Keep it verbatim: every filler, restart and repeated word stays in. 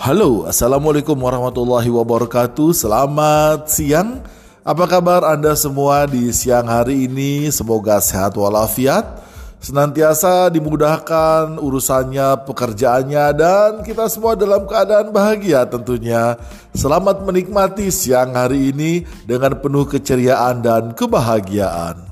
Halo, Assalamualaikum warahmatullahi wabarakatuh. Selamat siang. Apa kabar Anda semua di siang hari ini? Semoga sehat walafiat, senantiasa dimudahkan urusannya, pekerjaannya, dan kita semua dalam keadaan bahagia tentunya. Selamat menikmati siang hari ini dengan penuh keceriaan dan kebahagiaan.